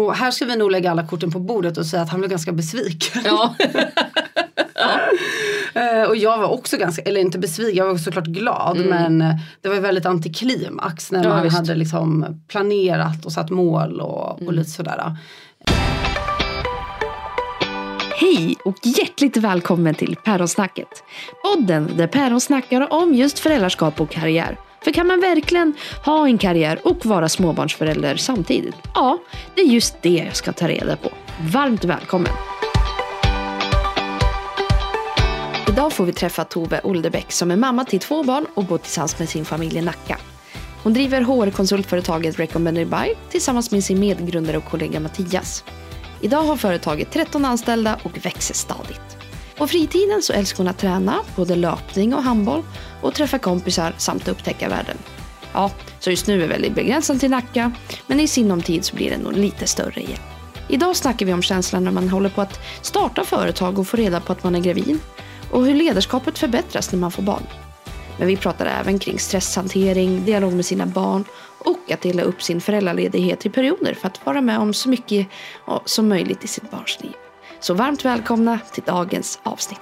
Och här ska vi nog lägga alla korten på bordet och säga att han blev ganska besviken. Ja. Och jag var också ganska, eller inte besviken, jag var såklart glad. Men det var väldigt antiklimax när man hade liksom planerat och satt mål och lite sådär. Hej och hjärtligt välkommen till Päronsnacket. Podden där Päron snackar om just föräldraskap och karriär. För kan man verkligen ha en karriär och vara småbarnsförälder samtidigt? Ja, det är just det jag ska ta reda på. Varmt välkommen! Idag får vi träffa Tove Olderbäck som är mamma till 2 barn och bor tillsammans med sin familj i Nacka. Hon driver HR-konsultföretaget Recommended By tillsammans med sin medgrundare och kollega Mattias. Idag har företaget 13 anställda och växer stadigt. På fritiden så älskar hon att träna, både löpning och handboll, och träffa kompisar samt upptäcka världen. Ja, så just nu är väldigt begränsad till Nacka, men i sinom tid så blir det nog lite större igen. Idag snackar vi om känslan när man håller på att starta företag och få reda på att man är gravid, och hur ledarskapet förbättras när man får barn. Men vi pratar även kring stresshantering, dialog med sina barn och att dela upp sin föräldraledighet i perioder för att vara med om så mycket som möjligt i sitt barns liv. Så varmt välkomna till dagens avsnitt.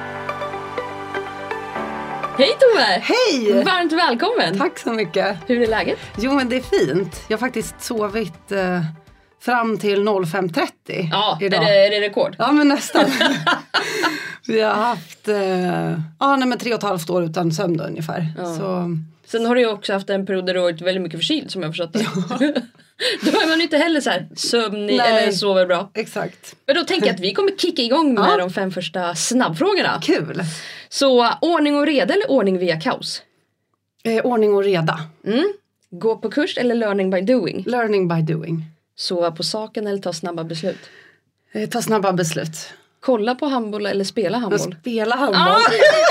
Hej Tove! Hej! Varmt välkommen! Tack så mycket. Hur är läget? Jo, men det är fint. Jag har faktiskt sovit fram till 05.30 idag. Är det rekord? Ja, men nästan. Vi har haft 3,5 år utan sömn ungefär. Ja. Så. Sen har du ju också haft en period där du har varit väldigt mycket förkyld som jag har förstått det. Ja. Då är man inte heller så här sömnig eller sover bra. Exakt. Men då tänker jag att vi kommer kicka igång med de 5 första snabbfrågorna. Kul. Så ordning och reda eller ordning via kaos? Ordning och reda. Gå på kurs eller learning by doing? Learning by doing. Sova på saken eller ta snabba beslut? Ta snabba beslut. Kolla på handboll eller spela handboll? Spela handboll.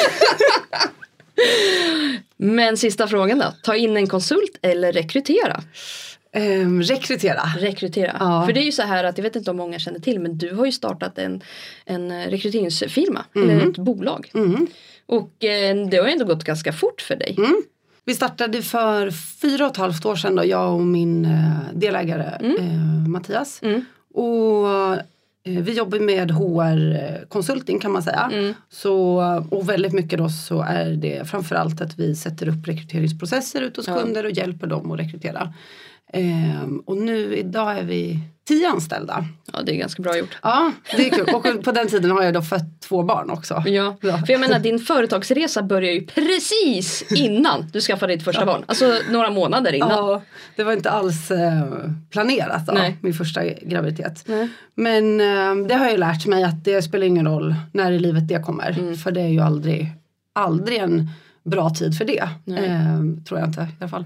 Men sista frågan då. Ta in en konsult eller rekrytera? Rekrytera. Ja. För det är ju så här att jag vet inte om många känner till, men du har ju startat en rekryteringsfirma eller ett bolag. Och det har ju ändå gått ganska fort för dig. Vi startade för 4,5 år sedan då, jag och min delägare Mattias. Och vi jobbar med HR-konsulting kan man säga. Och väldigt mycket då så är det framförallt att vi sätter upp rekryteringsprocesser ut hos kunder och hjälper dem att rekrytera. Och nu idag är vi 10 anställda. Ja, det är ganska bra gjort. Ja, det är kul. Och på den tiden har jag då fött 2 barn också. Ja, för jag menar din företagsresa börjar ju precis innan du skaffade ditt första barn. Alltså några månader innan. Ja, det var inte alls planerat då, min första graviditet. Nej. Men det har jag lärt mig att det spelar ingen roll när i livet det kommer. För det är ju aldrig en bra tid för det. Tror jag inte i alla fall.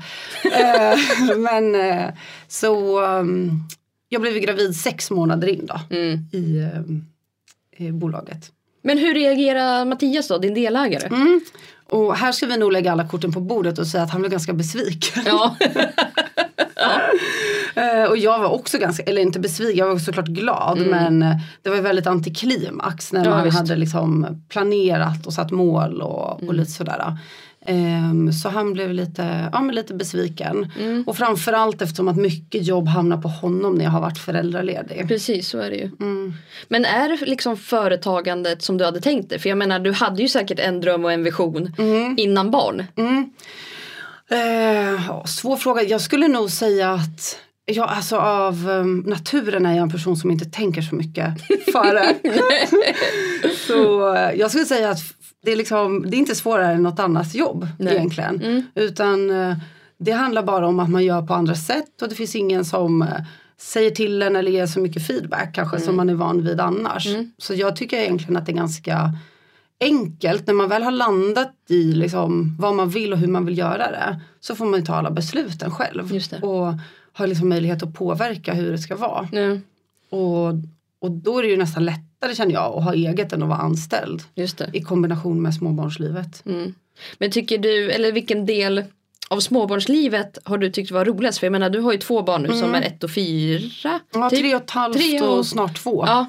Jag blev gravid 6 månader in då i bolaget. Men hur reagerar Mattias då, din delägare? Och här ska vi nog lägga alla korten på bordet och säga att han blev ganska besviken. Ja. Och jag var också ganska, eller inte besviken, jag var såklart glad. Men det var väldigt antiklimax när man hade liksom planerat och satt mål och lite sådär. Så han blev lite besviken. Och framförallt eftersom att mycket jobb hamnar på honom när jag har varit föräldraledig. Precis, så är det ju. Men är det liksom företagandet som du hade tänkt dig? För jag menar, du hade ju säkert en dröm och en vision innan barn. Svår fråga. Jag skulle nog säga att av naturen är jag en person som inte tänker så mycket före. Så jag skulle säga att det är inte svårare än något annat jobb egentligen. Utan det handlar bara om att man gör på andra sätt. Och det finns ingen som säger till en eller ger så mycket feedback kanske som man är van vid annars. Så jag tycker egentligen att det är ganska enkelt. När man väl har landat i liksom vad man vill och hur man vill göra det. Så får man ju ta alla besluten själv. Just det. Och ha liksom möjlighet att påverka hur det ska vara. Och då är det ju nästan lättare känner jag att ha eget än att vara anställd. Just det. I kombination med småbarnslivet. Men tycker du, eller vilken del av småbarnslivet har du tyckt var roligast? För jag menar, du har ju 2 barn nu som är 1 och 4. Ja, typ 3,5 och snart 2. Ja.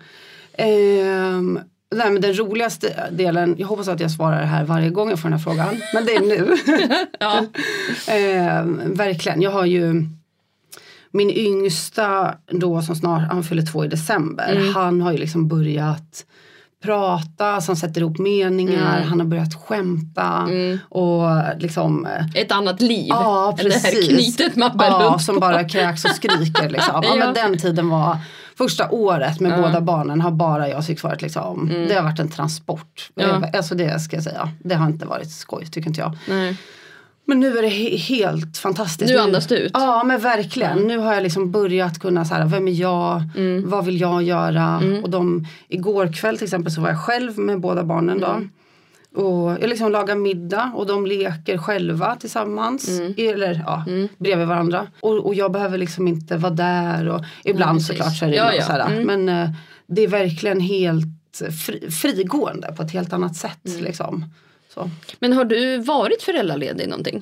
Men den roligaste delen, jag hoppas att jag svarar det här varje gång jag får den här frågan. Men det är nu. Verkligen, jag har ju min yngsta då som snart, han fyller 2 i december. Han har ju liksom börjat prata, som sätter ihop meningar. Han har börjat skämta. Och liksom... Ett annat liv. Ja, precis. Det här knytet man bär runt på. Som bara kräks och skriker liksom. Ja, men den tiden var... Första året med båda barnen har bara jag tyckt varit liksom... Det har varit en transport. Alltså det ska jag säga. Det har inte varit skoj, tycker inte jag. Nej. Men nu är det helt fantastiskt. Nu andas du ut. Ja, men verkligen. Nu har jag liksom börjat kunna så här, vem är jag? Vad vill jag göra? Och igår kväll till exempel så var jag själv med båda barnen då. Och jag liksom lagar middag och de leker själva tillsammans. Eller bredvid varandra. Och jag behöver liksom inte vara där. Och ibland såklart så är det så här. Men det är verkligen helt frigående på ett helt annat sätt liksom. Så. Men har du varit föräldraledig någonting?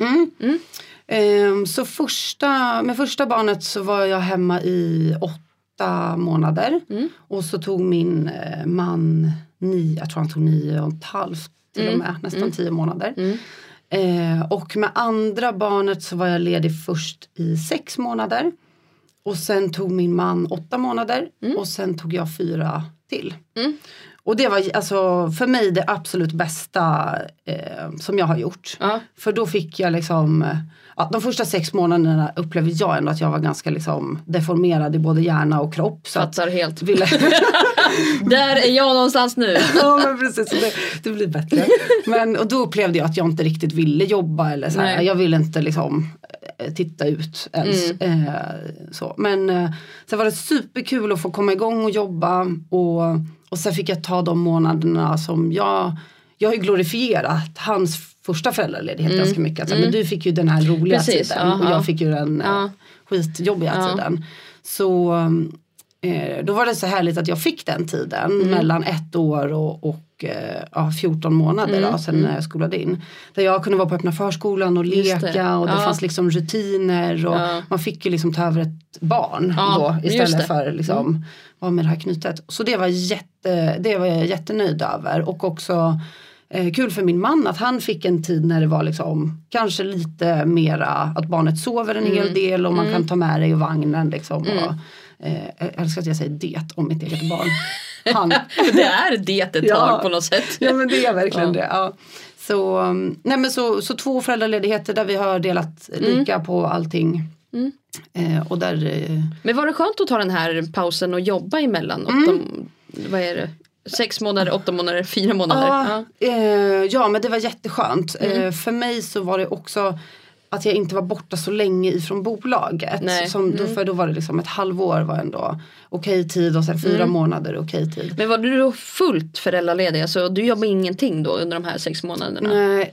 Så med första barnet så var jag hemma i 8 månader. Och så tog min man jag tror han tog 9,5 till och med, nästan 10 månader. Och med andra barnet så var jag ledig först i 6 månader. Och sen tog min man 8 månader. Och sen tog jag 4 till. Och det var alltså för mig det absolut bästa som jag har gjort. För då fick jag liksom... de första 6 månaderna upplevde jag ändå att jag var ganska liksom deformerad i både hjärna och kropp. Så fattar helt. Där är jag någonstans nu. Ja, men precis. Det blir bättre. Och då upplevde jag att jag inte riktigt ville jobba. Eller så här. Jag ville inte liksom titta ut ens. Så. Men sen var det superkul att få komma igång och jobba. Och sen fick jag ta de månaderna som jag har ju glorifierat hans första föräldraledighet ganska mycket. Alltså, men du fick ju den här roliga tiden och jag fick ju den skitjobbiga tiden. Så då var det så härligt att jag fick den tiden mellan 1 år och 14 månader då, sen när jag skolade in. Där jag kunde vara på öppna förskolan och leka och det fanns liksom rutiner och man fick ju liksom ta över ett barn då istället för liksom vara med det här knytet. Så det var jag jättenöjd över och också kul för min man att han fick en tid när det var liksom kanske lite mera att barnet sover en hel del och man kan ta med det i vagnen liksom och jag älskar att jag säger det om mitt eget barn. Det är det ett tag på något sätt. Ja, men det är verkligen det. Ja. Så 2 föräldraledigheter där vi har delat lika på allting. Och där, men var det skönt att ta den här pausen och jobba emellan? Vad är det? 6 månader, 8 månader, 4 månader? Ja, men det var jätteskönt. För mig så var det också att jag inte var borta så länge ifrån bolaget. För då var det liksom ett halvår var ändå okej tid och sen 4 månader okej tid. Men var du då fullt föräldraledig? Alltså, du jobbade ingenting då under de här 6 månaderna? Nej,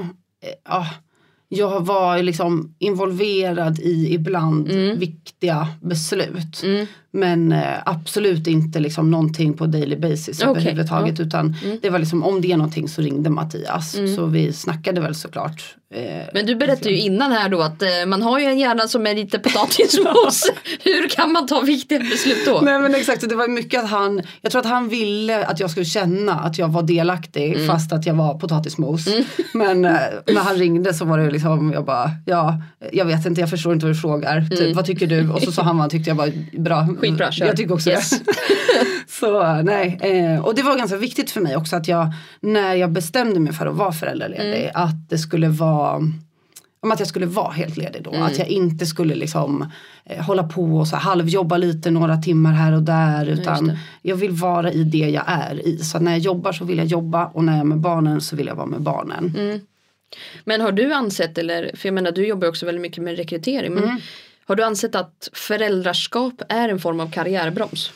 jag var liksom involverad i ibland viktiga beslut. Men absolut inte liksom någonting på daily basis överhuvudtaget. Utan det var liksom, om det är någonting så ringde Mattias. Så vi snackade väl såklart. Men du berättade ju innan här då att man har ju en hjärna som är lite potatismos. Hur kan man ta viktiga beslut då? Nej, men exakt, det var mycket att jag tror att han ville att jag skulle känna att jag var delaktig fast att jag var potatismos. Men när han ringde så var det liksom, jag bara, jag vet inte, jag förstår inte vad du frågar. Typ, vad tycker du? Och så sa han, tyckte jag var bra. Skitbra, kör. Jag tycker också det. Så nej. Och det var ganska viktigt för mig också att när jag bestämde mig för att vara föräldraledig, att det skulle vara att jag skulle vara helt ledig då. Att jag inte skulle liksom hålla på och så halvjobba lite några timmar här och där. Utan jag vill vara i det jag är i. Så när jag jobbar så vill jag jobba. Och när jag är med barnen så vill jag vara med barnen. Men har du ansett, för jag menar du jobbar också väldigt mycket med rekrytering. Men har du ansett att föräldraskap är en form av karriärbroms?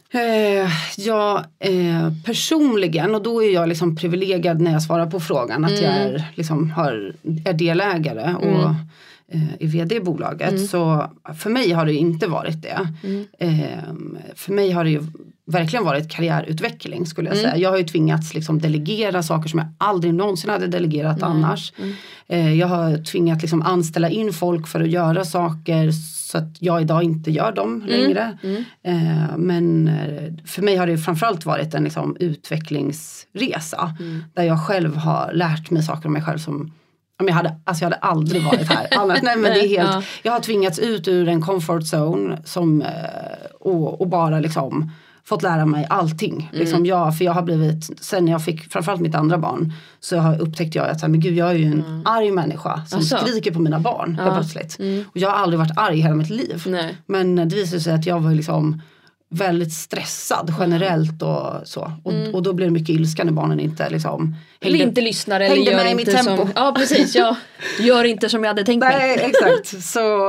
Personligen, och då är jag liksom privilegierad när jag svarar på frågan att jag är delägare och i vd i bolaget. Så för mig har det inte varit det. För mig har det ju verkligen varit karriärutveckling skulle jag säga. Jag har ju tvingats liksom delegera saker som jag aldrig någonsin hade delegerat annars. Jag har tvingats liksom anställa in folk för att göra saker så att jag idag inte gör dem längre. Men för mig har det framförallt varit en liksom utvecklingsresa där jag själv har lärt mig saker om mig själv som jag hade aldrig varit här annars. Nej, men det är helt, jag har tvingats ut ur en comfort zone som, och bara liksom fått lära mig allting. Liksom för jag har blivit, sen jag fick framförallt mitt andra barn, så upptäckte jag att men gud, jag är ju en arg människa som skriker på mina barn plötsligt. Och jag har aldrig varit arg i hela mitt liv. Nej. Men det visade sig att jag var liksom väldigt stressad generellt och så. Och då blir det mycket ilska när barnen inte liksom inte lyssnar eller gör inte mitt tempo. Ja, precis. Jag gör inte som jag hade tänkt mig. Nej, exakt.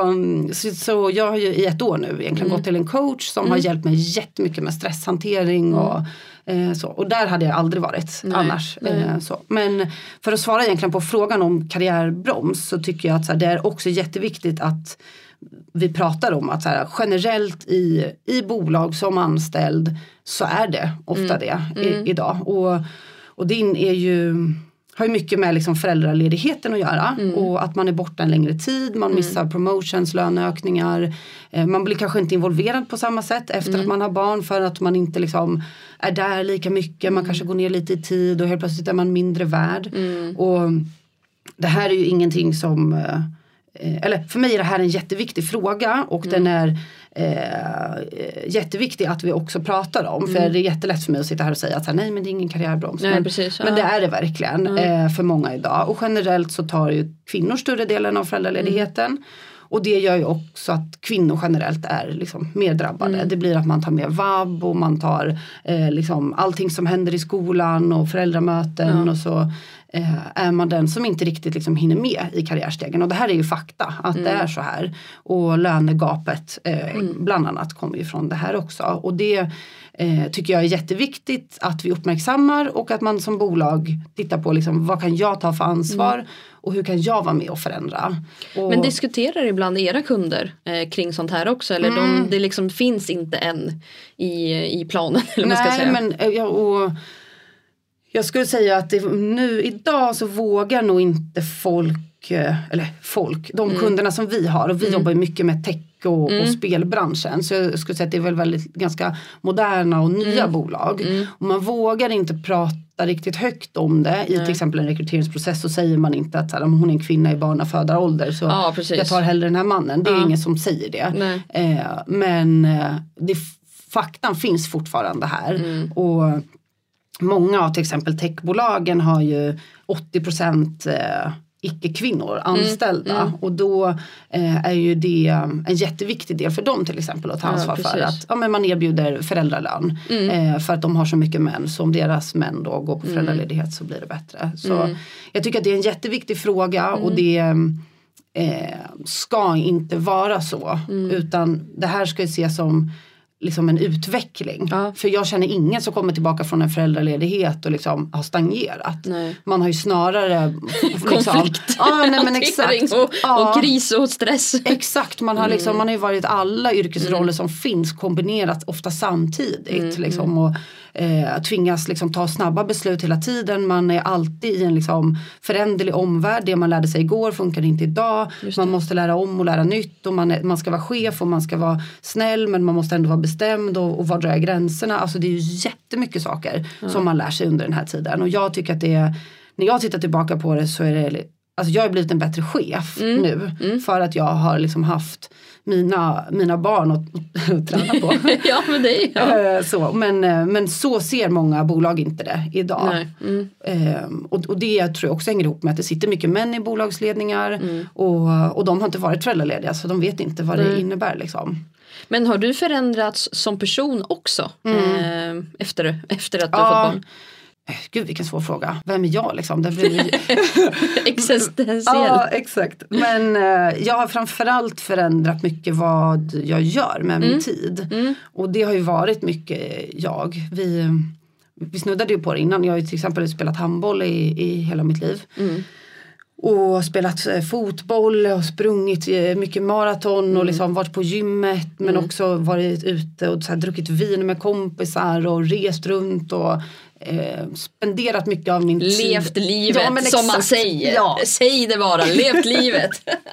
Så jag har ju i 1 år nu egentligen gått till en coach som har hjälpt mig jättemycket med stresshantering och så. Och där hade jag aldrig varit annars. Så. Men för att svara egentligen på frågan om karriärbroms, så tycker jag att så här, det är också jätteviktigt att vi pratar om att så här, generellt i bolag som anställd så är det ofta det idag. Och det har ju mycket med liksom föräldraledigheten att göra. Och att man är borta en längre tid, man missar promotions, löneökningar. Man blir kanske inte involverad på samma sätt efter att man har barn, för att man inte liksom är där lika mycket. Man kanske går ner lite i tid och helt plötsligt är man mindre värd. Och det här är ju ingenting som... Eller för mig är det här en jätteviktig fråga, och den är jätteviktig att vi också pratar om. För det är jättelätt för mig att sitta här och säga att nej, men det är ingen karriärbroms. Nej, precis, men det är det verkligen för många idag. Och generellt så tar ju kvinnor större delen av föräldraledigheten. Och det gör ju också att kvinnor generellt är liksom mer drabbade. Det blir att man tar mer vab och man tar liksom allting som händer i skolan och föräldramöten och så är man den som inte riktigt liksom hinner med i karriärstegen. Och det här är ju fakta, att det är så här. Och lönegapet bland annat kommer ju från det här också. Och det tycker jag är jätteviktigt att vi uppmärksammar, och att man som bolag tittar på liksom, vad kan jag ta för ansvar och hur kan jag vara med och förändra. Men diskuterar ibland era kunder kring sånt här också? Eller det liksom finns inte än i planen? Eller man ska säga. Men jag skulle säga att nu idag så vågar nog inte de kunderna som vi har, och vi jobbar ju mycket med tech och spelbranschen, så jag skulle säga att det är väl väldigt ganska moderna och nya bolag, och man vågar inte prata riktigt högt om det i till exempel en rekryteringsprocess. Så säger man inte att om hon är en kvinna i barnafödarålder så jag tar hellre den här mannen. Det är ingen som säger det. Men faktan finns fortfarande här, och många av till exempel techbolagen har ju 80% icke-kvinnor anställda. Och då är ju det en jätteviktig del för dem till exempel att ta ansvar för att men man erbjuder föräldralön för att de har så mycket män. Så om deras män då går på föräldraledighet så blir det bättre. Så jag tycker att det är en jätteviktig fråga, och det ska inte vara så. Utan det här ska ju ses som liksom en utveckling. För jag känner ingen som kommer tillbaka från en föräldraledighet och liksom har stagnerat. Nej. Man har ju snarare konflikt, och kris och stress. Exakt, man har man har ju varit alla yrkesroller som finns kombinerat ofta samtidigt liksom, och tvingas liksom ta snabba beslut hela tiden. Man är alltid i en liksom föränderlig omvärld. Det man lärde sig igår funkar inte idag. Man måste lära om och lära nytt, och man ska vara chef och man ska vara snäll, men man måste ändå vara bestämd, och var drar jag gränserna. Alltså det är ju jättemycket saker som man lär sig under den här tiden, och jag tycker att när jag tittar tillbaka på det så är det, alltså jag har blivit en bättre chef nu för att jag har liksom haft mina barn att träna på. Ja, men det är så, men så ser många bolag inte det idag. Och det tror jag också hänger ihop med att det sitter mycket män i bolagsledningar, och de har inte varit föräldralediga, så de vet inte vad det innebär liksom. Men har du förändrats som person också efter att du har fått barn? Gud, vilken svår fråga. Vem är jag liksom? Det blir... Existentiell. Ja, exakt. Men jag har framförallt förändrat mycket vad jag gör med min tid. Och det har ju varit mycket jag. Vi snuddade ju på det innan. Jag har ju till exempel spelat handboll i hela mitt liv. Och spelat fotboll och sprungit mycket maraton och liksom varit på gymmet, men också varit ute och så här, druckit vin med kompisar och rest runt och spenderat mycket av min tid. Levt livet, som man säger. Ja. Säg det bara, levt livet.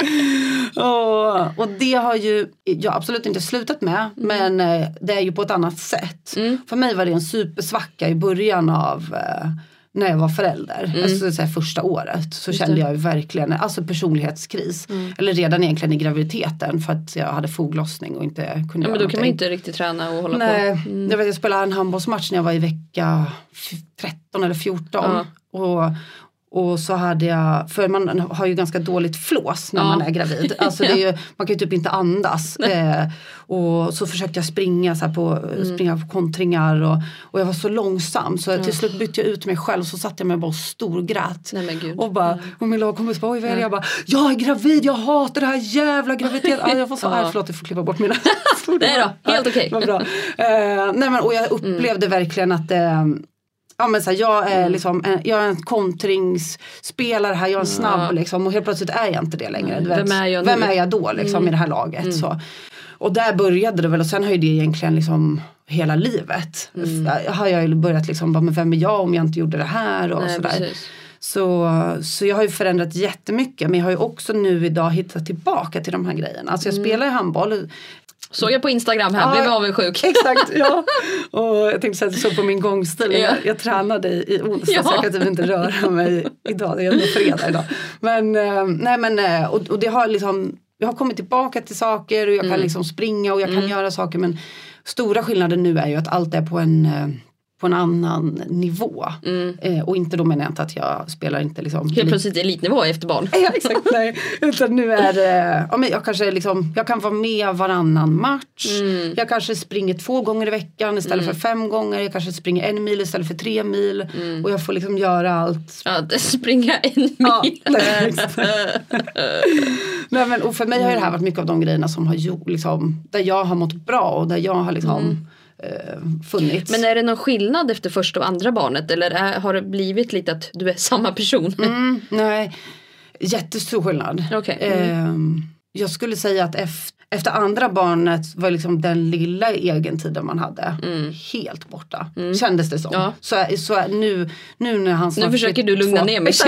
Och det har ju jag absolut inte slutat med, men det är ju på ett annat sätt. För mig var det en supersvacka i början av när jag var förälder. Alltså så här, första året så kände jag ju verkligen alltså personlighetskris. Eller redan egentligen i graviditeten för att jag hade foglossning och inte kunde men göra då kan någonting. man inte riktigt träna och hålla på. Jag spelade en handbollsmatch när jag var i vecka 13 eller 14. Och så hade jag, för man har ju ganska dåligt flås när man är gravid. Alltså det är ju, man kan ju typ inte andas. Och så försökte jag springa på kontringar och jag var så långsam. Så till slut bytte jag ut mig själv så satt jag mig bara och storgrät. Nej, men Gud. Och bara, och min lagkompis bara, jag bara, jag är gravid, jag hatar det här jävla graviditeten. Jag var så arg, förlåt, jag får klippa bort mina. Nej då, helt okej. Vad bra. Och jag upplevde verkligen att ja men så här, jag är liksom jag är en kontringsspelare här, jag är en snabb liksom, och helt plötsligt är jag inte det längre. Du vet, vem är jag då liksom i det här laget så. Och där började det väl och sen har ju det egentligen liksom hela livet. Har jag ju börjat liksom men vem är jag om jag inte gjorde det här och sådär. Så jag har ju förändrat jättemycket, men jag har ju också nu idag hittat tillbaka till de här grejerna. Alltså jag spelar i handboll. Såg jag på Instagram här, blev avundsjuk. Exakt, ja. Och jag tänkte säga att jag såg på min gångstil. Jag tränade i onsdag så jag kan typ inte röra mig idag. Det är ändå fredag idag. Och det har liksom, jag har kommit tillbaka till saker och jag kan liksom springa och jag kan göra saker. Men stora skillnaden nu är ju att allt är på en annan nivå. Och inte då menar jag inte att jag spelar inte liksom helt plötsligt elitnivå efter barn. Ja, exakt, nej. Utan nu är det jag kanske liksom, jag kan vara med varannan match. Jag kanske springer 2 gånger i veckan istället för 5 gånger. Jag kanske springer 1 mil istället för 3 mil. Och jag får liksom göra allt. Ja, springa 1 mil. Ja, nej, men, och för mig har det här varit mycket av de grejerna som har gjort liksom, där jag har mått bra och där jag har liksom funnits. Men är det någon skillnad efter första och andra barnet? Eller har det blivit lite att du är samma person? Nej, jättestor skillnad. Jag skulle säga att efter andra barnet var liksom den lilla egentiden man hade helt borta. Kändes det som. Ja. Så nu när han nu försöker du lugna ner mig.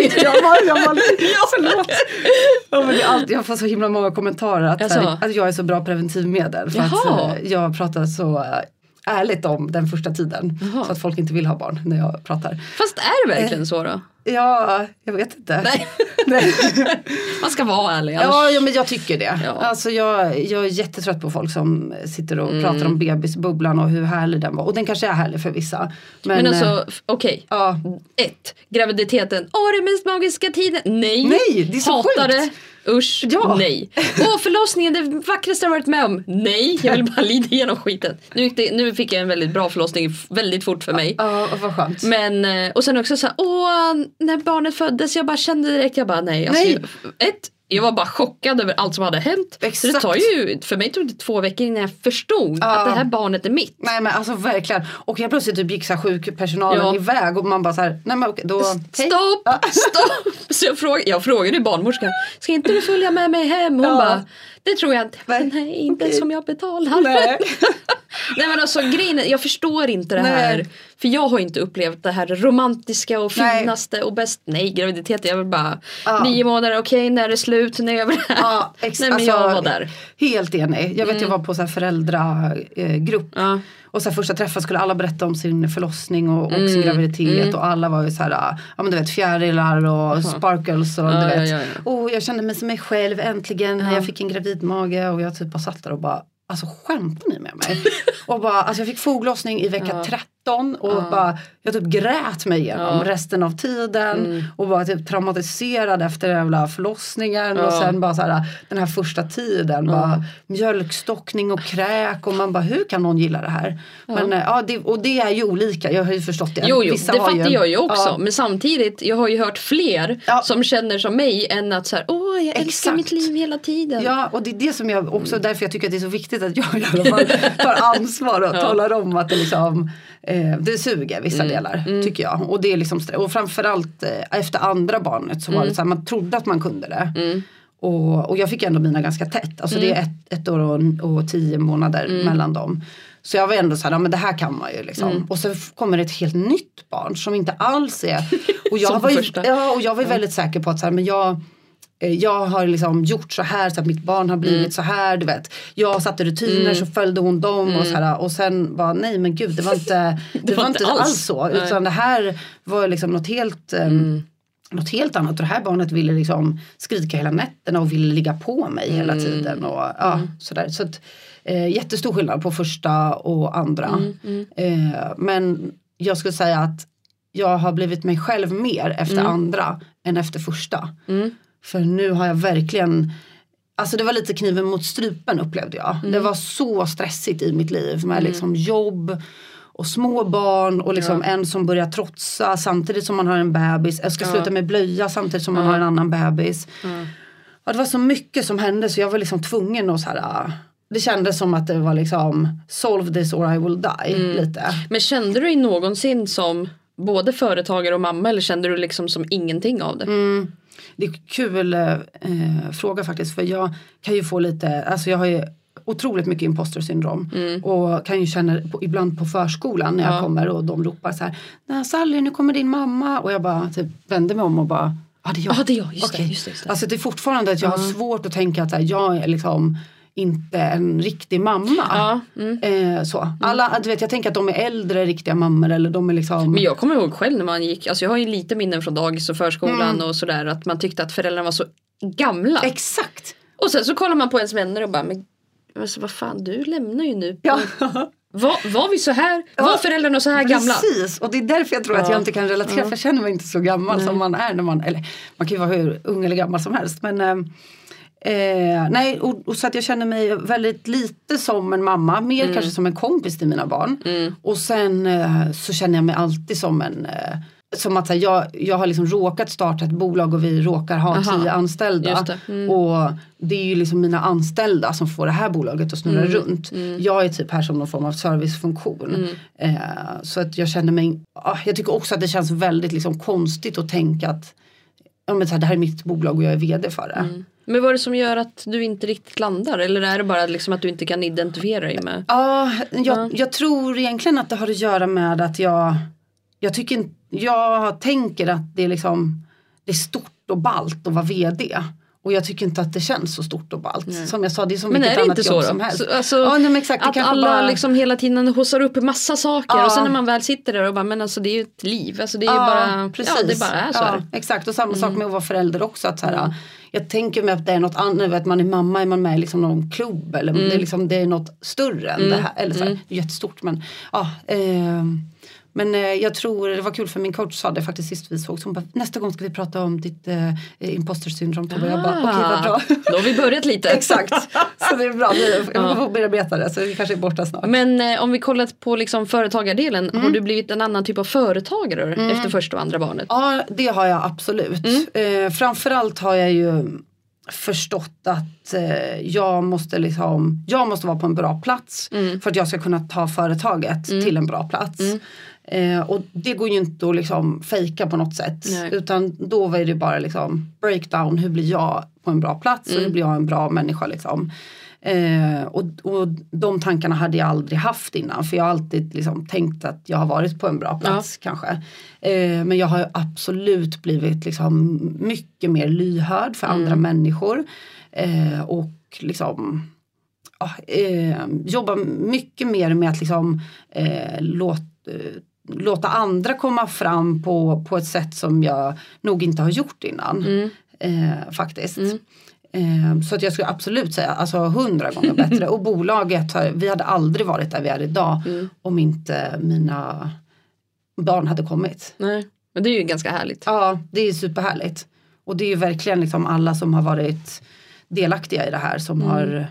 Jag får så himla många kommentarer att jag är så bra preventivmedel. För att jag pratar så ärligt om den första tiden. Så att folk inte vill ha barn när jag pratar. Fast är det verkligen så då? Ja, jag vet inte. Nej. Man ska vara ärlig. Ja, men jag tycker det. Ja. Alltså jag är jättetrött på folk som sitter och pratar om bebisbubblan och hur härlig den var. Och den kanske är härlig för vissa. Men alltså, okej. Ja. 1. Graviditeten. Det är mest magiska tiden. Nej, det är så sjukt. Usch, nej. Förlossningen, det vackraste jag varit med om. Nej, jag vill bara lida igenom skiten. Nu fick jag en väldigt bra förlossning väldigt fort för mig. Ja, vad skönt. Men, och sen också så här, när barnet föddes, jag bara kände direkt, nej. Alltså, jag var bara chockad över allt som hade hänt. Exakt. Så det tar ju, för mig tog det 2 veckor innan jag förstod att det här barnet är mitt. Nej men alltså verkligen. Och jag plötsligt typ gick så här sjukpersonalen iväg och man bara så här, nej men okej, då... Stopp! Så jag frågade barnmorskan, ska inte du följa med mig hem? Hon bara, det tror jag inte. Nej, inte som jag betalar. Nej men alltså grejen, jag förstår inte det här. För jag har inte upplevt det här romantiska och finaste och bäst. Nej, graviditet, jag vill bara 9 månader, okej, när är det slut? När jag vill nej, men jag var där. Helt enig. Jag vet, jag var på så här föräldragrupp. Och så här, första träffen skulle alla berätta om sin förlossning och sin graviditet. Och alla var ju så här, ja men du vet, fjärilar och sparkles och du vet. Och jag kände mig som mig själv äntligen. Jag fick en gravidmage och jag typ bara satt där och bara, alltså skämtar ni med mig? Och bara, alltså jag fick foglossning i vecka 13 och bara, jag typ grät mig igenom resten av tiden och var typ traumatiserad efter den jävla förlossningen och sen bara så här, den här första tiden bara mjölkstockning och kräk och man bara, hur kan någon gilla det här? Men det är ju olika, jag har ju förstått det. Jo, det fattar jag ju också, men samtidigt, jag har ju hört fler som känner som mig än att så här, jag älskar mitt liv hela tiden. Ja, och det är det som jag också, därför jag tycker att det är så viktigt att jag i alla fall tar ansvar och talar om att det liksom det suger vissa delar, tycker jag. Och det är liksom, och framförallt efter andra barnet så var det så här, man trodde att man kunde det. Och jag fick ändå mina ganska tätt. Alltså det är 1 år och 10 månader mellan dem. Så jag var ändå så här, men det här kan man ju liksom. Och så kommer det ett helt nytt barn som inte alls är. Och jag var ju väldigt säker på att så här, men jag har liksom gjort så här så att mitt barn har blivit så här, du vet. Jag satte rutiner så följde hon dem och så här. Och sen bara, nej men gud, det var inte, det var inte alls så. Nej. Utan det här var liksom något helt annat. Och det här barnet ville liksom skrika hela nätterna och ville ligga på mig hela tiden. Och sådär. Så att, jättestor skillnad på första och andra. Men jag skulle säga att jag har blivit mig själv mer efter andra än efter första. För nu har jag verkligen... Alltså det var lite kniven mot strupen upplevde jag. Det var så stressigt i mitt liv med liksom jobb och små barn och liksom en som börjar trotsa samtidigt som man har en bebis. Jag ska sluta med blöja samtidigt som man har en annan bebis. Ja, det var så mycket som hände så jag var liksom tvungen att så här... Det kändes som att det var liksom solve this or I will die lite. Men kände du dig någonsin som både företagare och mamma eller kände du liksom som ingenting av det? Det är kul fråga faktiskt för jag kan ju få lite, alltså jag har ju otroligt mycket imposter syndrom och kan ju känna ibland på förskolan när jag kommer och de ropar så här, nej Sally nu kommer din mamma och jag bara typ vänder mig om och bara det är jag. Just det. Alltså det är fortfarande att jag har svårt att tänka att här, jag är liksom inte en riktig mamma. Så. Alla, du vet, jag tänker att de är äldre riktiga mammor eller de är liksom... Men jag kommer ihåg själv när man gick, alltså jag har ju lite minnen från dagis och förskolan och sådär, att man tyckte att föräldrarna var så gamla. Exakt. Och sen så kollar man på ens vänner och bara, men alltså, vad fan, du lämnar ju nu. Var vi så här? Var föräldrarna så här gamla? Precis, och det är därför jag tror att jag inte kan relatera, för jag känner mig inte så gammal som man är när man, eller man kan ju vara hur ung eller gammal som helst, men... nej, och så att jag känner mig väldigt lite som en mamma, mer kanske som en kompis till mina barn. Och sen så känner jag mig alltid som en som att jag har liksom råkat starta ett bolag och vi råkar ha 10 anställda. Och det är ju liksom mina anställda som får det här bolaget att snurra runt. Jag är typ här som någon form av servicefunktion. Så att jag känner mig, jag tycker också att det känns väldigt liksom konstigt att tänka att men så här, det här är mitt bolag och jag är vd för det. Men vad är det som gör att du inte riktigt landar? Eller är det bara liksom att du inte kan identifiera dig med? Jag tror egentligen att det har att göra med att jag tänker att det är liksom, det är stort och ballt att vara vd. Och jag tycker inte att det känns så stort och ballt. Som jag sa, det är som vilket annat jobb som helst. Alltså, exakt, att alla bara... liksom hela tiden hossar upp massa saker. Och sen när man väl sitter där och bara, men alltså det är ju ett liv. Alltså det är ju bara, precis. det bara är så här. Exakt, och samma sak med att vara förälder också. Att så här, jag tänker mig att det är något annat, att man är mamma, är man med i liksom någon klubb. Eller det är något större än det här. Eller så här, det är jättestort, men men jag tror, det var kul för min coach sa det faktiskt sist vi såg. Så hon bara, nästa gång ska vi prata om ditt imposter syndrom. Och jag bara, okej, vad bra. Då har vi börjat lite. Exakt, så det är bra. Jag får bearbeta det, så vi kanske är borta snart. Men om vi kollar på liksom företagardelen, har du blivit en annan typ av företagare efter första och andra barnet? Ja, det har jag absolut. Framförallt har jag ju förstått att jag måste vara på en bra plats för att jag ska kunna ta företaget till en bra plats. Och det går ju inte att liksom fejka på något sätt. Utan då är det bara liksom breakdown, hur blir jag på en bra plats och hur blir jag en bra människa liksom. Och de tankarna hade jag aldrig haft innan, för jag har alltid liksom tänkt att jag har varit på en bra plats kanske. Men jag har absolut blivit liksom mycket mer lyhörd för andra människor och liksom jobba mycket mer med att liksom låta andra komma fram på ett sätt som jag nog inte har gjort innan faktiskt. Så att jag skulle absolut säga 100 gånger bättre. Och bolaget, vi hade aldrig varit där vi är idag om inte mina barn hade kommit. Nej, men det är ju ganska härligt. Ja, det är superhärligt. Och det är ju verkligen liksom alla som har varit delaktiga i det här som har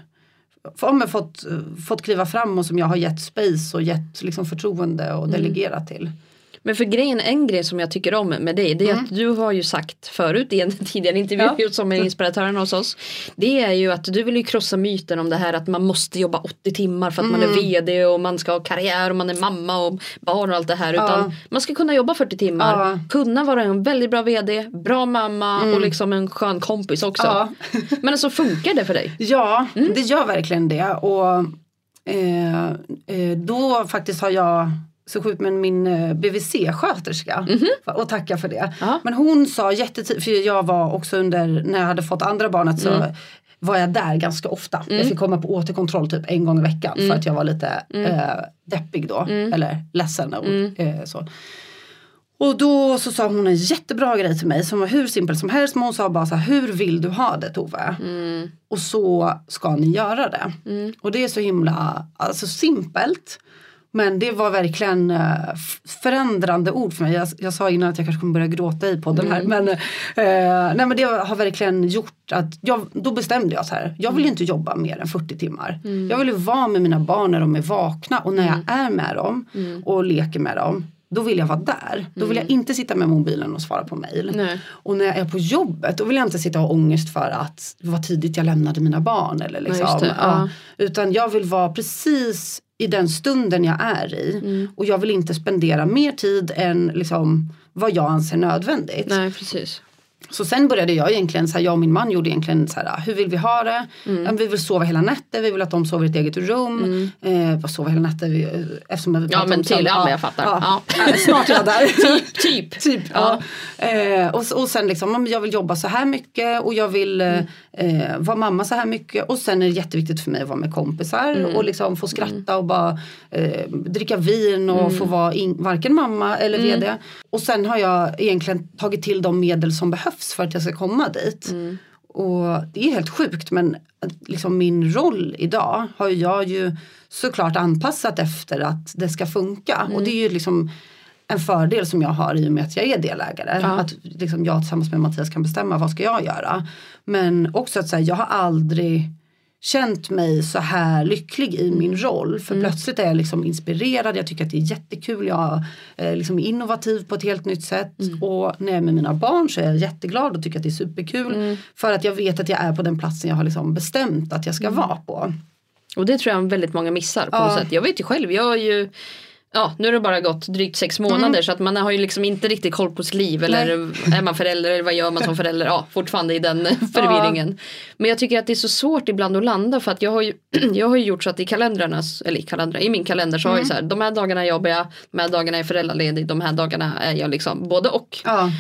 fått kliva fram och som jag har gett space och gett liksom förtroende och delegerat till. Men för en grej som jag tycker om med dig, det är att du har ju sagt förut i en tidigare intervju som är inspiratören hos oss, det är ju att du vill ju krossa myten om det här att man måste jobba 80 timmar för att man är vd och man ska ha karriär och man är mamma och barn och allt det här, utan man ska kunna jobba 40 timmar, kunna vara en väldigt bra vd, bra mamma och liksom en skön kompis också. Men alltså, funkar det för dig? Ja, det gör verkligen det, och då faktiskt har jag så sjukt, men min BVC-sköterska och tacka för det. Ja. Men hon sa jättetidigt, för jag var också när jag hade fått andra barnet så var jag där ganska ofta. Jag fick komma på återkontroll typ en gång i veckan för att jag var lite deppig då, eller ledsen och så. Och då så sa hon en jättebra grej till mig som var hur simpel som helst. Men hon sa bara så här, hur vill du ha det, Tove? Och så ska ni göra det. Och det är så himla simpelt. Men det var verkligen förändrande ord för mig. Jag sa innan att jag kanske kommer börja gråta i podden här. Men, men det har verkligen gjort att då bestämde jag så här. Jag vill inte jobba mer än 40 timmar. Jag vill vara med mina barn när de är vakna. Och när jag är med dem och leker med dem. Då vill jag vara där. Då vill jag inte sitta med mobilen och svara på mejl. Och när jag är på jobbet, då vill jag inte sitta och ha ångest för att det var tidigt jag lämnade mina barn. Eller liksom. Utan jag vill vara precis i den stunden jag är i. Och jag vill inte spendera mer tid än liksom, vad jag anser nödvändigt. Nej, precis. Så sen började jag egentligen, så här, jag och min man gjorde egentligen så här, hur vill vi ha det? Vi vill sova hela natten, vi vill att de sover i ett eget rum. Sova hela natten, eftersom vi ja, men till alla jag fattar. Snart är jag där. typ. Ja. Och sen liksom, jag vill jobba så här mycket och jag vill vara mamma så här mycket. Och sen är det jätteviktigt för mig att vara med kompisar och liksom få skratta och bara dricka vin och få vara varken mamma eller vd. Och sen har jag egentligen tagit till de medel som behövs för att jag ska komma dit. Och det är helt sjukt, men liksom min roll idag har jag ju såklart anpassat efter att det ska funka. Och det är ju liksom en fördel som jag har i och med att jag är delägare. Att liksom jag tillsammans med Mattias kan bestämma vad ska jag göra. Men också att säga, jag har aldrig känt mig så här lycklig i min roll. För plötsligt är jag liksom inspirerad. Jag tycker att det är jättekul. Jag är liksom innovativ på ett helt nytt sätt. Och när jag är med mina barn så är jag jätteglad och tycker att det är superkul. För att jag vet att jag är på den platsen jag har liksom bestämt att jag ska vara på. Och det tror jag väldigt många missar på något sätt. Jag vet ju själv, jag har ju... Ja, nu har det bara gått drygt 6 månader så att man har ju liksom inte riktigt koll på sitt liv. Eller är man förälder eller vad gör man som förälder? Ja, fortfarande i den förvirringen. Men jag tycker att det är så svårt ibland att landa för att jag har ju gjort så att i min kalender så har jag så här, de här dagarna jobbar jag, de här dagarna är föräldraledig, de här dagarna är jag liksom både och.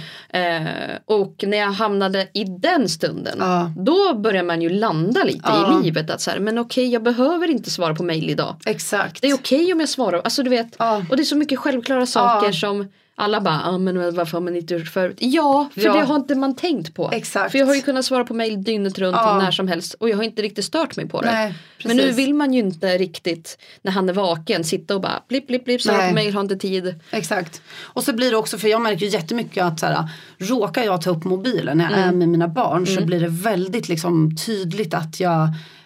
Och när jag hamnade i den stunden, då börjar man ju landa lite i livet att så här, men okej, jag behöver inte svara på mejl idag. Exakt. Det är okej om jag svarar, alltså du vet. Och det är så mycket självklara saker som alla bara, men varför har man inte gjort förut? Ja, för det har inte man tänkt på. Exakt. För jag har ju kunnat svara på mejl dygnet runt när som helst. Och jag har inte riktigt stört mig på det. Nej, men nu vill man ju inte riktigt, när han är vaken, sitta och bara blipp, svara på mejl, har inte tid. Exakt. Och så blir det också, för jag märker ju jättemycket att så här, råkar jag ta upp mobilen när jag är med mina barn så blir det väldigt liksom tydligt att jag...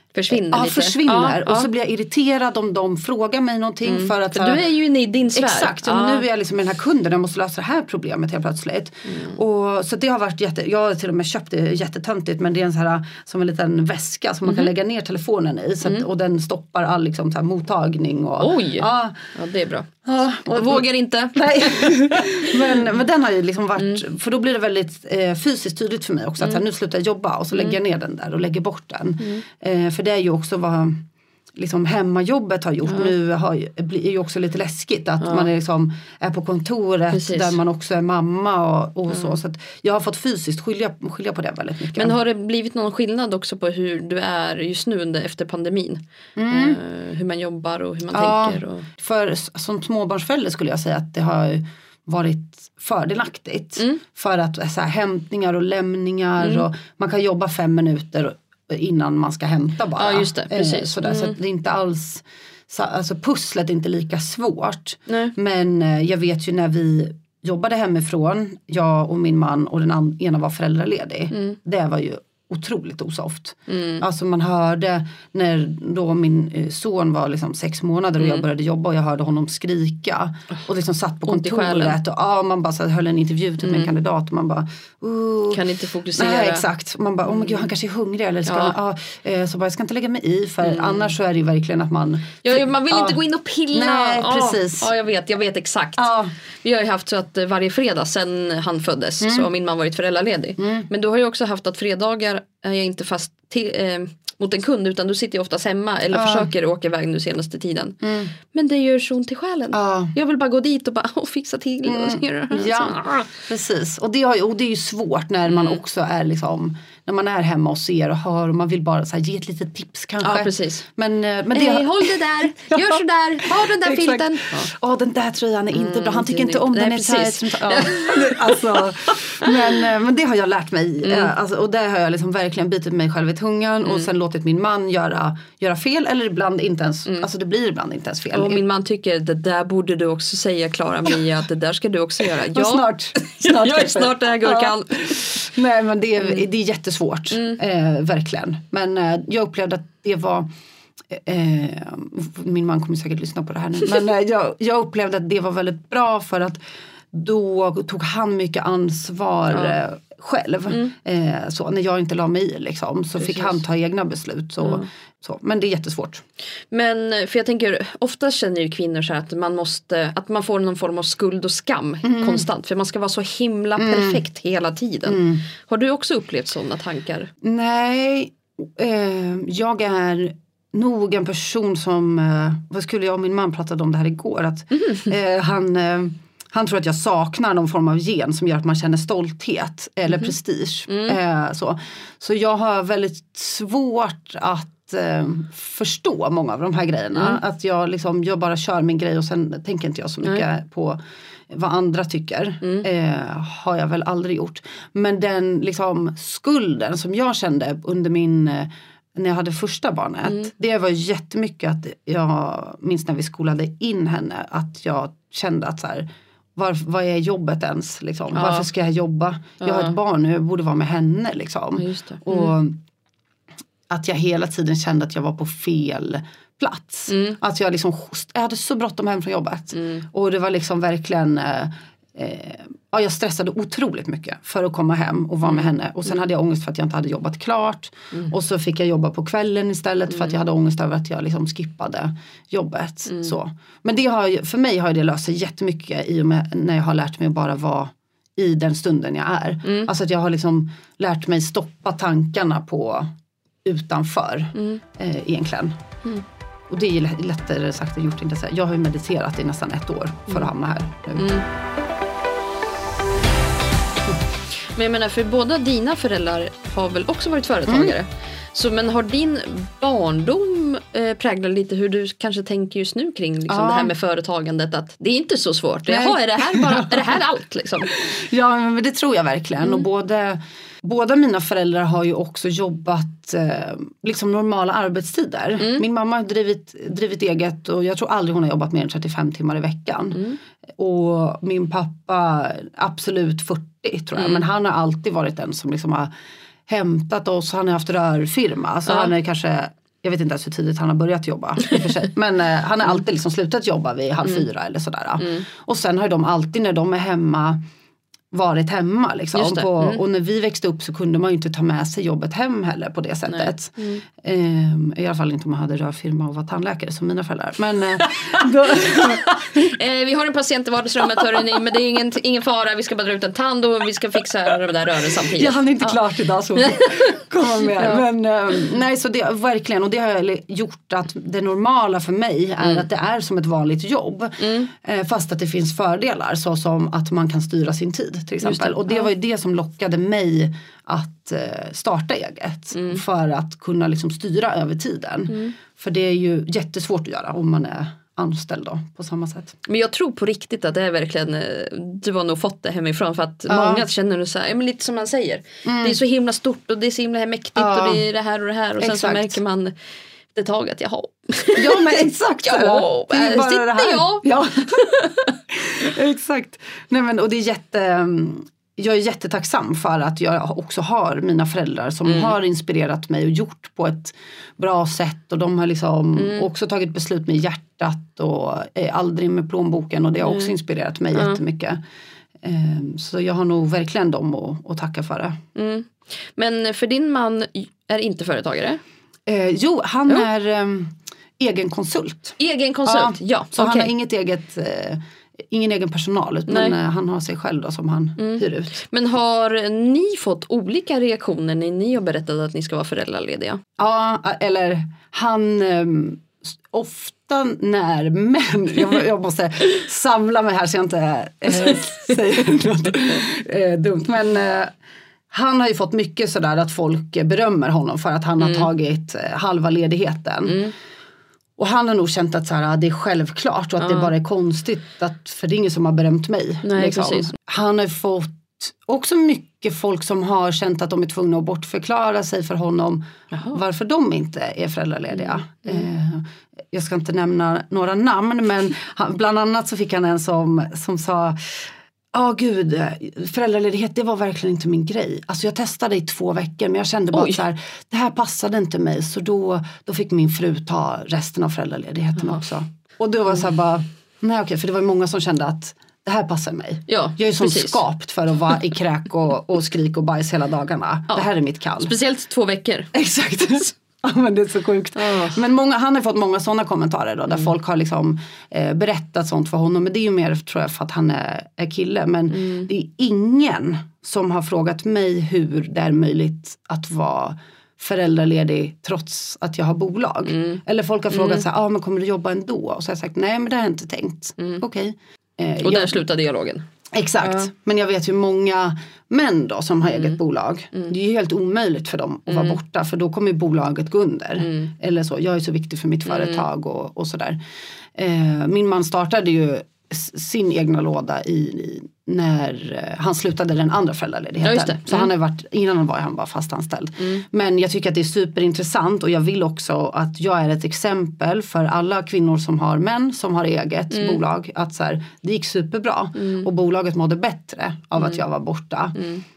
försvinner. Och så blir jag irriterad om de frågar mig någonting för att... För du är ju inne i din sfär. Exakt, men nu är jag liksom med den här kunden, jag måste lösa det här problemet helt plötsligt. Och så det har varit jag har till och med köpt det jättetöntigt, men det är en så här, som en liten väska som man kan lägga ner telefonen i så att, och den stoppar all liksom, så här, mottagning. Och, oj, ja, det är bra. Och vågar inte. Nej, men den har ju liksom varit, för då blir det väldigt fysiskt tydligt för mig också att här, nu slutar jag jobba och så lägger jag ner den där och lägger bort den. För det är ju också vad liksom hemmajobbet har gjort. Nu är ju också lite läskigt att man är, liksom, är på kontoret där man också är mamma och så. Så att jag har fått fysiskt skilja på det väldigt mycket. Men har det blivit någon skillnad också på hur du är just nu efter pandemin? Hur man jobbar och hur man tänker? Och... För som småbarnsförälder skulle jag säga att det har varit fördelaktigt. För att så här, hämtningar och lämningar och man kan jobba 5 minuter innan man ska hämta bara. Ja, just det, precis. Så det är inte alls, alltså pusslet är inte lika svårt. Nej. Men jag vet ju när vi jobbade hemifrån, jag och min man och den ena var föräldraledig. Det var ju otroligt osoft. Alltså man hörde när då min son var liksom 6 månader och jag började jobba och jag hörde honom skrika och liksom satt på kontoret och man bara så höll en intervju med en kandidat och man bara kan inte fokusera. Nej, exakt. Man bara, men gud, han kanske är hungrig eller ska så bara, jag ska inte lägga mig i för annars så är det ju verkligen att man man vill inte gå in och pilla. Nej, precis. Ja, jag vet exakt. Vi har ju haft så att varje fredag sen han föddes så har min man varit föräldraledig. Men då har jag också haft att fredagar är jag inte fast mot en kund, utan du sitter ju oftast hemma eller försöker åka iväg nu senaste tiden. Men det gör så ont i själen. Jag vill bara gå dit och bara fixa till och precis. Och det är ju svårt när man också är liksom, när man är hemma och ser och hör och man vill bara så här, ge ett litet tips kanske. Ja, precis. Men det håll det där, gör så där, ha den där filten. Den där tröjan är inte bra, han tycker inte om den. Precis. Alltså, men det har jag lärt mig. Alltså, och där har jag liksom verkligen bitit mig själv i tungan och sen låtit min man göra fel eller ibland inte ens, alltså det blir ibland inte ens fel. Och min man tycker, det där borde du också säga, Klara Mia, att det där ska du också göra. Ja, snart jag är snart det här gurkan. Nej, men det är jättesvårt, verkligen. Men jag upplevde att det var min man kommer säkert lyssna på det här nu, men jag upplevde att det var väldigt bra för att då tog han mycket ansvar själv. Så när jag inte la mig i liksom, så fick han ta egna beslut. Så. Men det är jättesvårt. Men för jag tänker, ofta känner ju kvinnor så här att man får någon form av skuld och skam konstant. För man ska vara så himla perfekt hela tiden. Har du också upplevt sådana tankar? Nej, jag är nog en person som, vad skulle jag och min man pratade om det här igår, att han tror att jag saknar någon form av gen som gör att man känner stolthet eller prestige. Så jag har väldigt svårt att förstå många av de här grejerna. Att jag bara kör min grej och sen tänker inte jag så mycket på vad andra tycker. Har jag väl aldrig gjort. Men den liksom skulden som jag kände under när jag hade första barnet. Det var jättemycket att jag minns när vi skolade in henne. Att jag kände att så här, vad är jobbet ens? Liksom? Varför ska jag jobba? Jag har ett barn nu, jag borde vara med henne. Liksom. Just det. Och att jag hela tiden kände att jag var på fel plats. Att jag hade så bråttom hem från jobbet. Och det var liksom verkligen... jag stressade otroligt mycket för att komma hem och vara med henne. Och sen hade jag ångest för att jag inte hade jobbat klart. Och så fick jag jobba på kvällen istället för att jag hade ångest över att jag liksom skippade jobbet. Så. Men för mig har det löst sig jättemycket i och med när jag har lärt mig att bara vara i den stunden jag är. Alltså att jag har liksom lärt mig stoppa tankarna på utanför egentligen. Och det är lättare sagt än gjort. Inte så. Jag har ju mediterat i nästan 1 år för att hamna här nu. Men jag menar, för båda dina föräldrar har väl också varit företagare. Så, men har din barndom präglat lite hur du kanske tänker just nu kring liksom, det här med företagandet? Att det är inte så svårt. Jaha, är det här allt liksom? Ja, men det tror jag verkligen. Och båda mina föräldrar har ju också jobbat liksom normala arbetstider. Min mamma har drivit eget och jag tror aldrig hon har jobbat mer än 35 timmar i veckan. Och min pappa absolut 40 tror jag. Men han har alltid varit den som liksom har hämtat oss. Han har haft rörfirma. Så han är kanske, jag vet inte ens hur tidigt han har börjat jobba i och för sig. Men han har alltid liksom slutat jobba vid 3:30 eller sådär. Och sen har de alltid när de är hemma varit hemma liksom. Och när vi växte upp så kunde man ju inte ta med sig jobbet hem heller på det sättet. I alla fall inte om man hade rörfirma och var tandläkare som mina föräldrar. Men vi har en patient i vardagsrummet, hörrni, men det är ingen fara, vi ska bara dra ut en tand och vi ska fixa de där rören samtidigt. Jag hann inte klart idag så komma med. Men nej, så det verkligen, och det har jag gjort att det normala för mig är att det är som ett vanligt jobb. Fast att det finns fördelar så som att man kan styra sin tid till exempel. Och det var ju det som lockade mig att starta eget. För att kunna liksom styra över tiden. För det är ju jättesvårt att göra om man är anställd då, på samma sätt. Men jag tror på riktigt att det är verkligen, du har nog fått det hemifrån, för att många känner nu så här, men lite som man säger. Det är så himla stort och det är så himla mäktigt och det är det här och det här. Och sen så märker man det taget, jaha. Ja, men exakt. Ja, det är bara sitter det här. Ja. Exakt. Nej, men, och det är jag är jättetacksam för att jag också har mina föräldrar som har inspirerat mig och gjort på ett bra sätt. Och de har liksom också tagit beslut med hjärtat och aldrig med plånboken. Och det har också inspirerat mig jättemycket. Så jag har nog verkligen dem att tacka för det. Men för din man är inte företagare? Jo, han är egen konsult. Egen konsult, ja. Så han har inget eget ingen egen personal, men han har sig själv då som han hyr ut. Men har ni fått olika reaktioner när ni har berättat att ni ska vara föräldralediga? Ja, eller han ofta när män, jag måste samla mig här så jag inte säger något dumt, men han har ju fått mycket sådär att folk berömmer honom för att han har tagit halva ledigheten. Och han har nog känt att så här, det är självklart och att det bara är konstigt för det är ingen som har berömt mig. Nej, liksom. precis. Han har fått också mycket folk som har känt att de är tvungna att bortförklara sig för honom varför de inte är föräldralediga. Jag ska inte nämna några namn, men bland annat så fick han en som sa gud, föräldraledighet det var verkligen inte min grej. Alltså jag testade i 2 veckor men jag kände bara så här, det här passade inte mig, så då fick min fru ta resten av föräldraledigheten också. Och då var jag så här bara, nej okej, för det var många som kände att det här passar mig. Ja, jag är som skapt för att vara i kräk och skrik och bajs hela dagarna. Det här är mitt kall. Speciellt 2 veckor. Exakt. Ja, men det är så sjukt. Men han har fått många sådana kommentarer då, där folk har liksom berättat sånt för honom. Men det är ju mer, tror jag, för att han är kille. Men det är ingen som har frågat mig hur det är möjligt att vara föräldraledig trots att jag har bolag. Eller folk har frågat så här, men kommer du jobba ändå? Och så har jag sagt, nej men det har jag inte tänkt. Okej. Och där slutar dialogen. Exakt, men jag vet ju många män då som har eget bolag. Det är ju helt omöjligt för dem att vara borta, för då kommer ju bolaget gå under. Eller så, jag är så viktig för mitt företag och sådär. Min man startade ju sin egna låda när han slutade den andra föräldraledigheten. Så han har varit, innan var han bara fastanställd. Men jag tycker att det är superintressant och jag vill också att jag är ett exempel för alla kvinnor som har män som har eget bolag. Att så här, det gick superbra och bolaget mådde bättre av att jag var borta.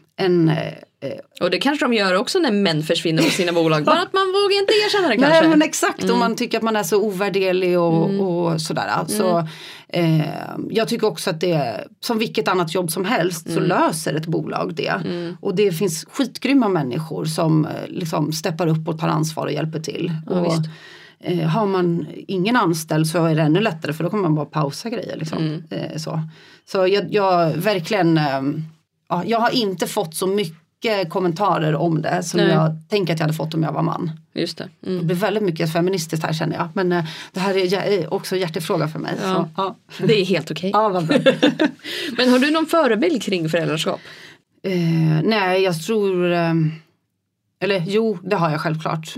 Och det kanske de gör också när män försvinner på sina bolag. Bara att man vågar inte erkänna det kanske. Nej men exakt, och man tycker att man är så ovärderlig och sådär. Så jag tycker också att det, som vilket annat jobb som helst, så löser ett bolag det. Och det finns skitgrymma människor som liksom steppar upp och tar ansvar och hjälper till. Och har man ingen anställd så är det ännu lättare, för då kommer man bara pausa grejer liksom. Så jag verkligen jag har inte fått så mycket kommentarer om det som jag tänker att jag hade fått om jag var man. Just det. Det blir väldigt mycket feministiskt här, känner jag. Men det här är också hjärtefråga för mig. Så, det är helt okej. Ja, vad bra. Men har du någon förebild kring föräldraskap? Nej, jag tror eller jo, det har jag självklart.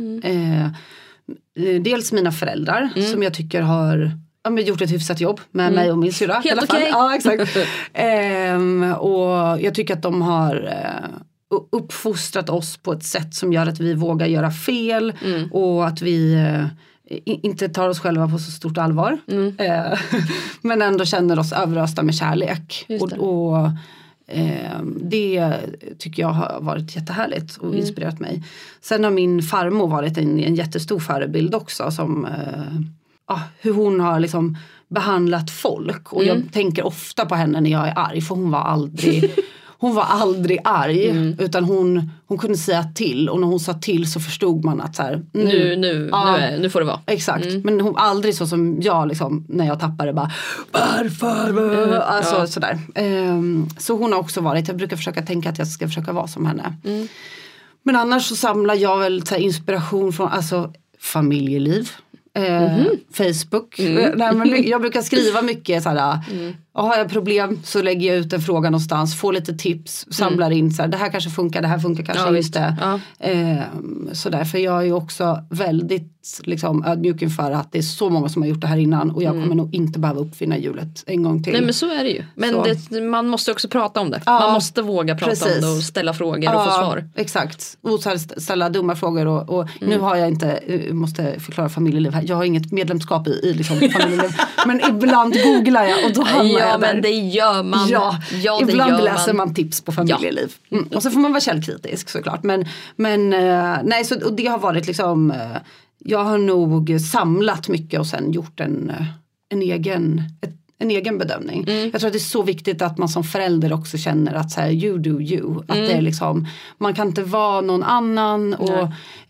Dels mina föräldrar som jag tycker har gjort ett hyfsat jobb med mig och min syra. Helt okej. Ja, exakt. Och jag tycker att de har uppfostrat oss på ett sätt som gör att vi vågar göra fel och att vi inte tar oss själva på så stort allvar. Men ändå känner oss överösta med kärlek. Och det tycker jag har varit jättehärligt och inspirerat mig. Sen har min farmor varit en jättestor förebild också, som hur hon har liksom behandlat folk. Och jag tänker ofta på henne när jag är arg, för hon var aldrig arg, utan hon kunde säga till, och när hon sa till så förstod man att så här, nu får det vara. Exakt, men hon aldrig så som jag liksom, när jag tappade bara varför? Alltså sådär. Så hon har också varit, jag brukar försöka tänka att jag ska försöka vara som henne. Men annars så samlar jag väl så här, inspiration från familjeliv. Facebook. Nej, men jag brukar skriva mycket såhär, har jag problem så lägger jag ut en fråga någonstans, får lite tips, samlar in såhär, det här kanske funkar, det här funkar kanske inte. Så därför jag är ju också väldigt liksom ödmjuk inför att det är så många som har gjort det här innan, och jag kommer nog inte behöva uppfinna hjulet en gång till. Nej, men så är det ju. Men man måste också prata om det. Man måste våga prata om det och ställa frågor och få svar. Exakt. Och så ställa dumma frågor och nu har jag inte, måste förklara familjeliv här. Jag har inget medlemskap i liksom familjeliv. Men ibland googlar jag och då hamnar jag där. Men det gör man. Ja, det ibland gör läser man tips på familjeliv. Och så får man vara källkritisk såklart. Men nej, så, och det har varit liksom, jag har nog samlat mycket och sen gjort en egen en egen bedömning. Jag tror att det är så viktigt att man som förälder också känner att så här, you do you. Att det är liksom, man kan inte vara någon annan och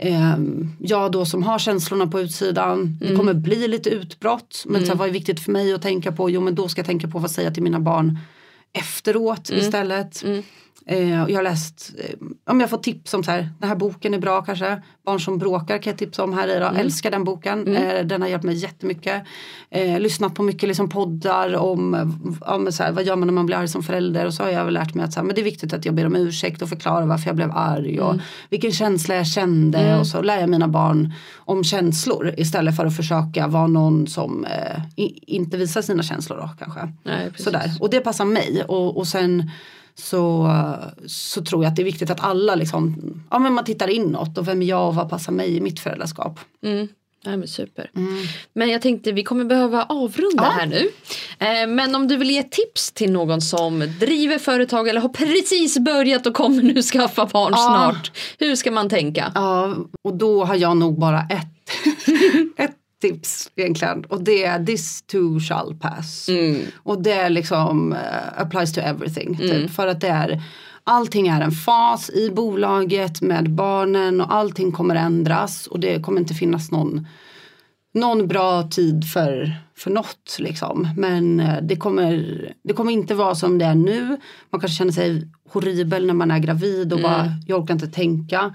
jag då som har känslorna på utsidan, det kommer bli lite utbrott. Men så här, vad är viktigt för mig att tänka på? Jo, men då ska jag tänka på vad säga till mina barn efteråt istället. Jag har läst, om jag får tips om så här, den här boken är bra kanske, Barn som bråkar kan jag tipsa om här idag, älskar den boken, den har hjälpt mig jättemycket, lyssnat på mycket liksom poddar om så här, vad gör man när man blir arg som förälder, och så har jag väl lärt mig att så här, men det är viktigt att jag ber om ursäkt och förklarar varför jag blev arg och vilken känsla jag kände, och så lär jag mina barn om känslor istället för att försöka vara någon som inte visar sina känslor då kanske. Nej, sådär. Och det passar mig, och sen så tror jag att det är viktigt att alla liksom, ja men man tittar inåt och vem är jag och vad passar mig i mitt föräldraskap. Ja, men super. Men jag tänkte vi kommer behöva avrunda här nu. Men om du vill ge tips till någon som driver företag eller har precis börjat och kommer nu skaffa barn snart. Hur ska man tänka? Ja, och då har jag nog bara ett tips egentligen, och det är this too shall pass. Och det är liksom applies to everything typ, för att det är, allting är en fas i bolaget med barnen och allting kommer ändras och det kommer inte finnas någon bra tid för något liksom, men det kommer inte vara som det är nu. Man kanske känner sig horribel när man är gravid och bara, jag orkar inte tänka.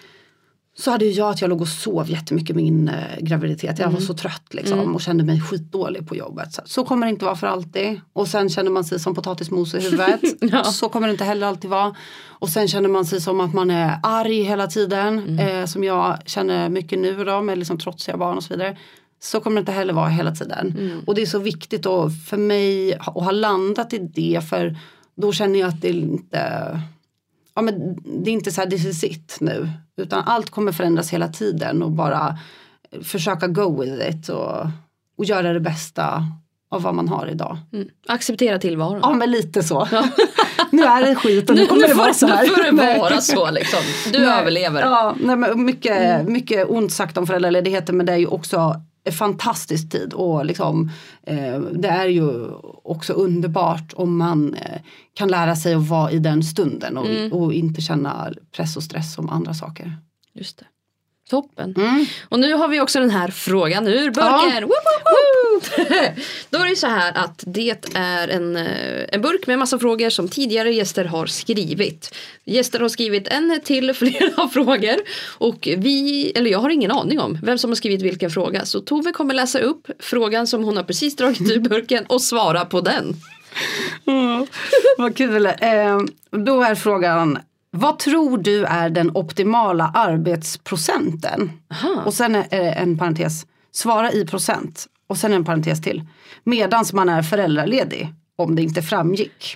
Så hade jag att jag låg och sov jättemycket min graviditet. Jag var så trött liksom och kände mig skitdålig på jobbet. Så kommer det inte vara för alltid. Och sen känner man sig som potatismos i huvudet. Så kommer det inte heller alltid vara. Och sen känner man sig som att man är arg hela tiden. Som jag känner mycket nu då med liksom trotsiga barn och så vidare. Så kommer det inte heller vara hela tiden. Och det är så viktigt då för mig att ha landat i det, för då känner jag att det inte... Ja, men det är inte så här, this is it nu. Utan allt kommer förändras hela tiden och bara försöka go with it och göra det bästa av vad man har idag. Acceptera tillvaron. Ja, men lite så. Nu är det skit och nu kommer det vara så här. Nu får det vara så liksom. Du överlever. Ja, nej, men mycket ont sagt om föräldraledigheter, men det är ju också en fantastisk tid och liksom, det är ju också underbart om man kan lära sig att vara i den stunden och inte känna press och stress om andra saker. Just det. Toppen. Och nu har vi också den här frågan ur burken. Då är det så här att det är en burk med massa frågor som tidigare gäster har skrivit. Gäster har skrivit en till flera frågor och jag har ingen aning om vem som har skrivit vilken fråga. Så Tove kommer läsa upp frågan som hon har precis dragit ur burken och svara på den. Vad kul. Då är frågan: vad tror du är den optimala arbetsprocenten? Och sen är en parentes, svara i procent. Och sen en parentes till, medans man är föräldraledig, om det inte framgick.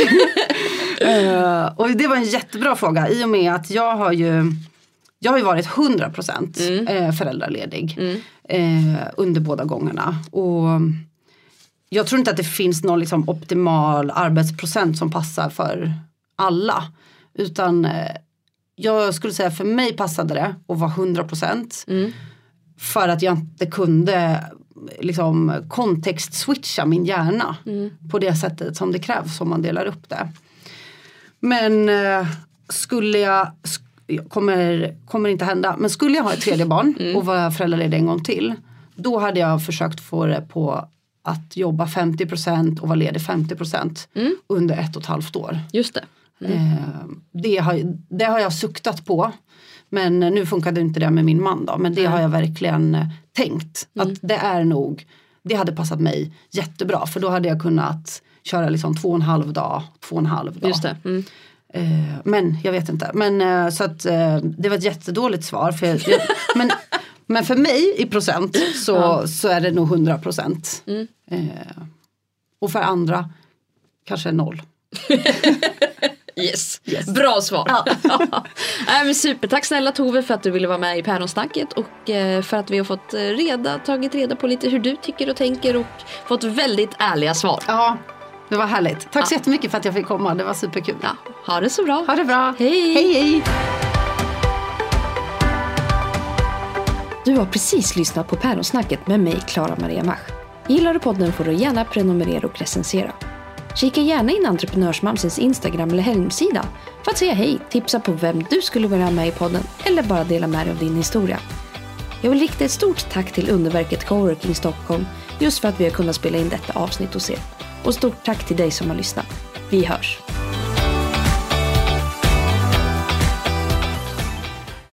Och det var en jättebra fråga, i och med att jag har ju varit 100% föräldraledig under båda gångerna. Och jag tror inte att det finns någon liksom optimal arbetsprocent som passar för alla. Utan jag skulle säga för mig passade det att vara 100%. För att jag inte kunde liksom kontext-switcha min hjärna på det sättet som det krävs om man delar upp det. Men kommer inte hända. Men skulle jag ha ett tredje barn och vara föräldraledig en gång till, då hade jag försökt få det på att jobba 50% och vara ledig 50% under 1,5 år. Just det. Det har jag suktat på. Men nu funkade inte det med min man då. Men det har jag verkligen tänkt. Att det hade passat mig jättebra. För då hade jag kunnat köra liksom 2,5 dag. Just det. Men jag vet inte. Men så att det var ett jättedåligt svar. Men för mig i procent så är det nog 100%. Och för andra kanske 0. Yes. Bra svar. Men super. Tack snälla Tove för att du ville vara med i Päronsnacket och för att vi har tagit reda på lite hur du tycker och tänker och fått väldigt ärliga svar. Ja, det var härligt. Tack så jättemycket för att jag fick komma. Det var superkul. Ja, ha det så bra. Ha det bra. Hej. Hej. Du har precis lyssnat på Päronsnacket med mig, Clara Maria Mach. Gillar du podden får du gärna prenumerera och recensera. Kika gärna in Entreprenörsmamsens Instagram eller hemsida för att säga hej, tipsa på vem du skulle vilja ha med i podden eller bara dela med dig av din historia. Jag vill rikta ett stort tack till Underverket Coworking Stockholm just för att vi har kunnat spela in detta avsnitt hos er. Och stort tack till dig som har lyssnat. Vi hörs!